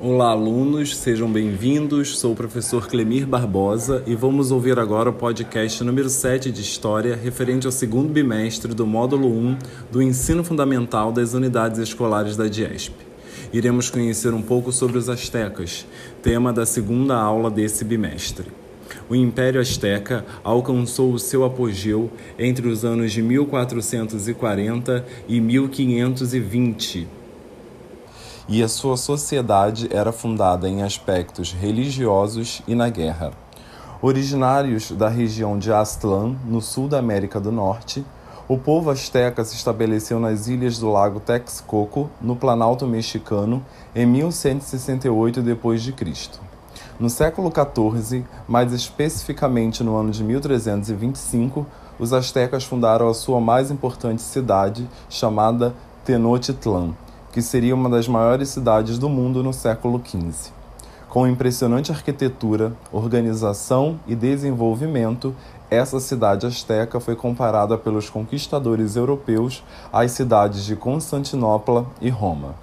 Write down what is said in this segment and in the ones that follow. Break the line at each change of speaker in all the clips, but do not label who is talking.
Olá, alunos, sejam bem-vindos. Sou o professor Clemir Barbosa e vamos ouvir agora o podcast número 7 de História, referente ao segundo bimestre do módulo 1 do Ensino Fundamental das Unidades Escolares da DIESP. Iremos conhecer um pouco sobre os astecas, tema da segunda aula desse bimestre. O Império Azteca alcançou o seu apogeu entre os anos de 1440 e 1520. E a sua sociedade era fundada em aspectos religiosos e na guerra. Originários da região de Aztlán, no sul da América do Norte, o povo asteca se estabeleceu nas ilhas do lago Texcoco, no Planalto Mexicano, em 1168 d.C. No século XIV, mais especificamente no ano de 1325, os astecas fundaram a sua mais importante cidade, chamada Tenochtitlán, que seria uma das maiores cidades do mundo no século XV. Com impressionante arquitetura, organização e desenvolvimento, essa cidade asteca foi comparada pelos conquistadores europeus às cidades de Constantinopla e Roma.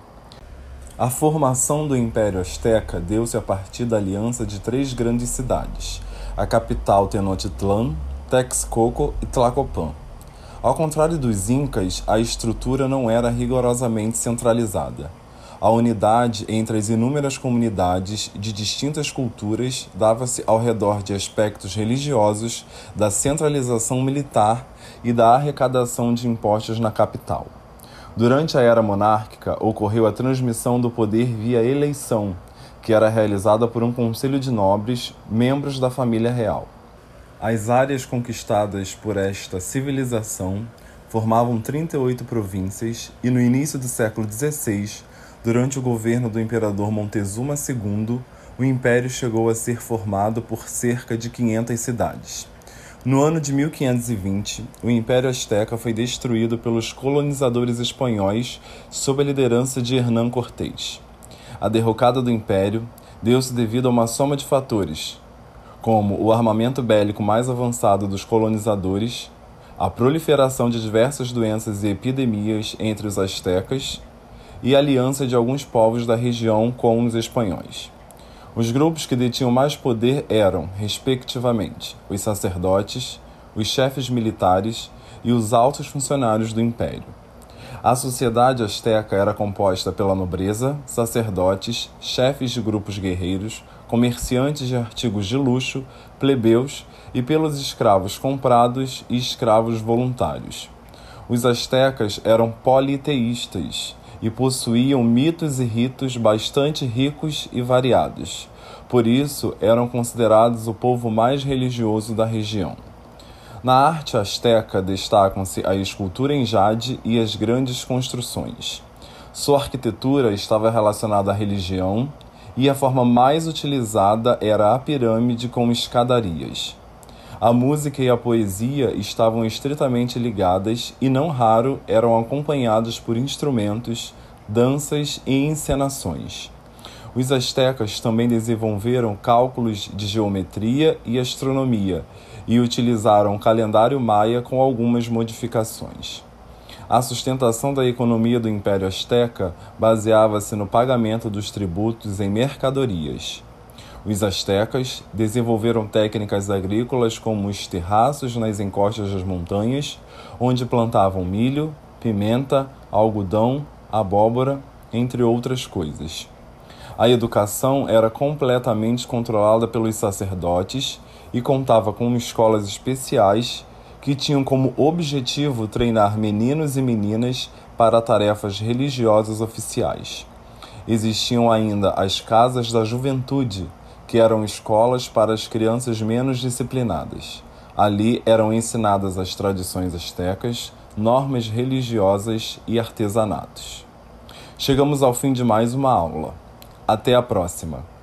A formação do Império Azteca deu-se a partir da aliança de três grandes cidades, a capital Tenochtitlán, Texcoco e Tlacopan. Ao contrário dos incas, a estrutura não era rigorosamente centralizada. A unidade entre as inúmeras comunidades de distintas culturas dava-se ao redor de aspectos religiosos, da centralização militar e da arrecadação de impostos na capital. Durante a era monárquica, ocorreu a transmissão do poder via eleição, que era realizada por um conselho de nobres, membros da família real. As áreas conquistadas por esta civilização formavam 38 províncias e no início do século XVI, durante o governo do imperador Montezuma II, o império chegou a ser formado por cerca de 500 cidades. No ano de 1520, o Império Azteca foi destruído pelos colonizadores espanhóis sob a liderança de Hernán Cortés. A derrocada do império deu-se devido a uma soma de fatores, como o armamento bélico mais avançado dos colonizadores, a proliferação de diversas doenças e epidemias entre os astecas e a aliança de alguns povos da região com os espanhóis. Os grupos que detinham mais poder eram, respectivamente, os sacerdotes, os chefes militares e os altos funcionários do império. A sociedade asteca era composta pela nobreza, sacerdotes, chefes de grupos guerreiros, comerciantes de artigos de luxo, plebeus e pelos escravos comprados e escravos voluntários. Os astecas eram politeístas e possuíam mitos e ritos bastante ricos e variados. Por isso, eram considerados o povo mais religioso da região. Na arte asteca destacam-se a escultura em jade e as grandes construções. Sua arquitetura estava relacionada à religião e a forma mais utilizada era a pirâmide com escadarias. A música e a poesia estavam estritamente ligadas e, não raro, eram acompanhados por instrumentos, danças e encenações. Os astecas também desenvolveram cálculos de geometria e astronomia e utilizaram o calendário maia com algumas modificações. A sustentação da economia do Império Azteca baseava-se no pagamento dos tributos em mercadorias. Os astecas desenvolveram técnicas agrícolas como os terraços nas encostas das montanhas, onde plantavam milho, pimenta, algodão, abóbora, entre outras coisas. A educação era completamente controlada pelos sacerdotes e contava com escolas especiais que tinham como objetivo treinar meninos e meninas para tarefas religiosas oficiais. Existiam ainda as casas da juventude, que eram escolas para as crianças menos disciplinadas. Ali eram ensinadas as tradições astecas, normas religiosas e artesanatos. Chegamos ao fim de mais uma aula. Até a próxima!